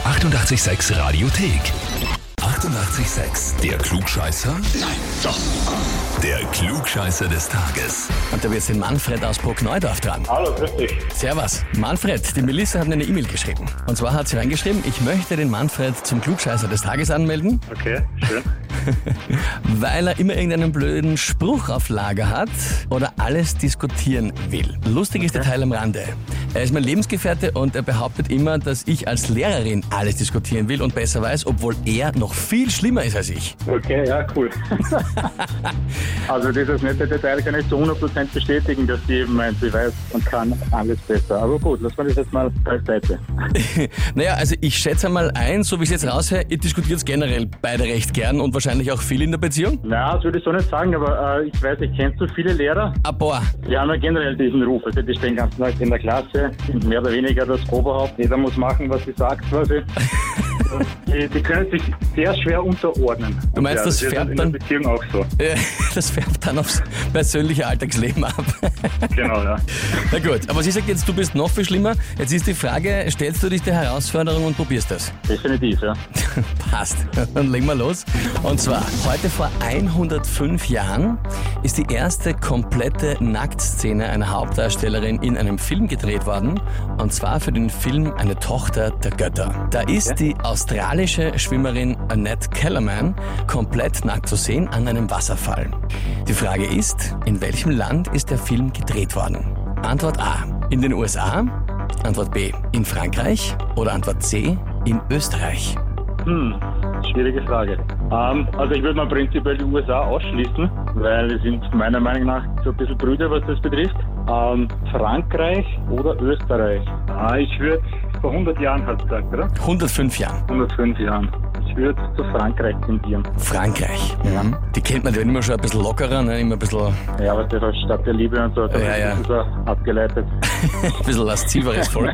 886 Radiothek. 88,6. Der Klugscheißer? Nein, doch. Der Klugscheißer des Tages. Und da wird jetzt den Manfred aus Bruckneudorf dran. Hallo, grüß dich. Servus. Manfred, die Melissa hat mir eine E-Mail geschrieben. Und zwar hat sie reingeschrieben, ich möchte den Manfred zum Klugscheißer des Tages anmelden, Okay, schön. weil er immer irgendeinen blöden Spruch auf Lager hat oder alles diskutieren will. Lustig ist der Teil am Rande. Er ist mein Lebensgefährte und er behauptet immer, dass ich als Lehrerin alles diskutieren will und besser weiß, obwohl er noch viel schlimmer ist als ich. Okay, ja, cool. Also dieses nette Detail kann ich zu 100% bestätigen, dass sie eben meint, sie weiß und kann alles besser. Aber gut, lassen wir das jetzt mal beiseite. Naja, also ich schätze mal ein, so wie ich es jetzt raushöre, ihr diskutiert beide recht gern und wahrscheinlich auch viel in der Beziehung? Na, das würde ich so nicht sagen, aber ich weiß, ich kenne so viele Lehrer. Boah. Die haben ja generell diesen Ruf. Also die stehen ganz Tag in der Klasse, sind mehr oder weniger das Oberhaupt. Jeder muss machen, was sie sagt quasi. Die können sich sehr schwer unterordnen. Du meinst, das färbt in dann... der Beziehung auch so. Das färbt dann aufs persönliche Alltagsleben ab. Genau, ja. Na gut, aber sie sagt jetzt, du bist noch viel schlimmer. Jetzt ist die Frage, stellst du dich der Herausforderung und probierst das? Definitiv, ja. Passt. Dann legen wir los. Und zwar, heute vor 105 Jahren ist die erste komplette Nacktszene einer Hauptdarstellerin in einem Film gedreht worden. Und zwar für den Film Eine Tochter der Götter. Da ist die australische Schwimmerin Annette Kellerman komplett nackt zu sehen an einem Wasserfall. Die Frage ist, in welchem Land ist der Film gedreht worden? Antwort A, in den USA. Antwort B, in Frankreich. Oder Antwort C, in Österreich. Schwierige Frage. Also ich würde mal prinzipiell die USA ausschließen, weil sie sind meiner Meinung nach so ein bisschen Brüder, was das betrifft. Frankreich oder Österreich? Ich würde, vor 100 Jahren hat es gesagt, oder? 105 Jahren. 105 Jahren. Ich würde zu Frankreich tendieren. Frankreich. Ja. Die kennt man, die werden immer schon ein bisschen lockerer, ne? Immer ein bisschen... Ja, aber das ist Stadt der Liebe und so, da ist so abgeleitet. ein bisschen lasziveres Volk.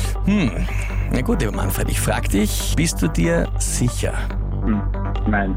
Na gut, lieber Manfred, ich frage dich, bist du dir sicher? Nein.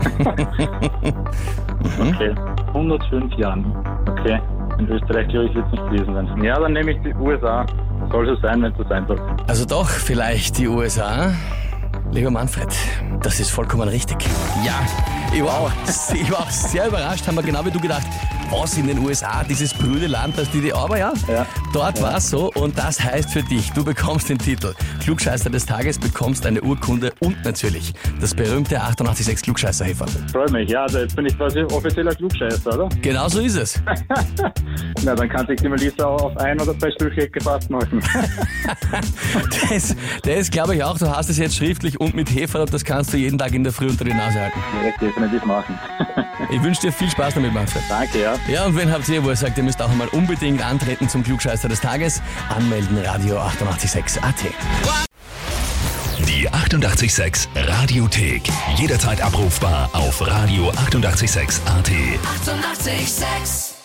Okay, 105 Jahren. Okay, in Österreich, glaube ich, wird es nicht gewesen sein. Ja, dann nehme ich die USA. Soll so sein, wenn es so sein soll. Also doch, vielleicht die USA. Lieber Manfred, das ist vollkommen richtig. Ja, ich war auch sehr überrascht, haben wir genau wie du gedacht, was in den USA, dieses brüde Land, das aber ja, dort war es so und das heißt für dich, du bekommst den Titel Klugscheißer des Tages, bekommst eine Urkunde und natürlich das berühmte 886 Klugscheißer-Häferl. Freut mich, ja, also jetzt bin ich quasi offizieller Klugscheißer, oder? Genau so ist es. Na, dann kann sich die Melissa auch auf 1 oder 2 Stücke gefasst machen. das glaube ich auch, du hast es jetzt schriftlich und mit Häferl und das kannst du jeden Tag in der Früh unter die Nase halten. Ja, definitiv machen. Ich wünsche dir viel Spaß damit, Manfred. Danke, ja. Ja, und wen habt ihr, wo ihr sagt, ihr müsst auch einmal unbedingt antreten zum Klugscheißer des Tages? Anmelden, Radio 886 AT. Die 88,6 Radiothek. Jederzeit abrufbar auf Radio 88,6 AT. 88,6.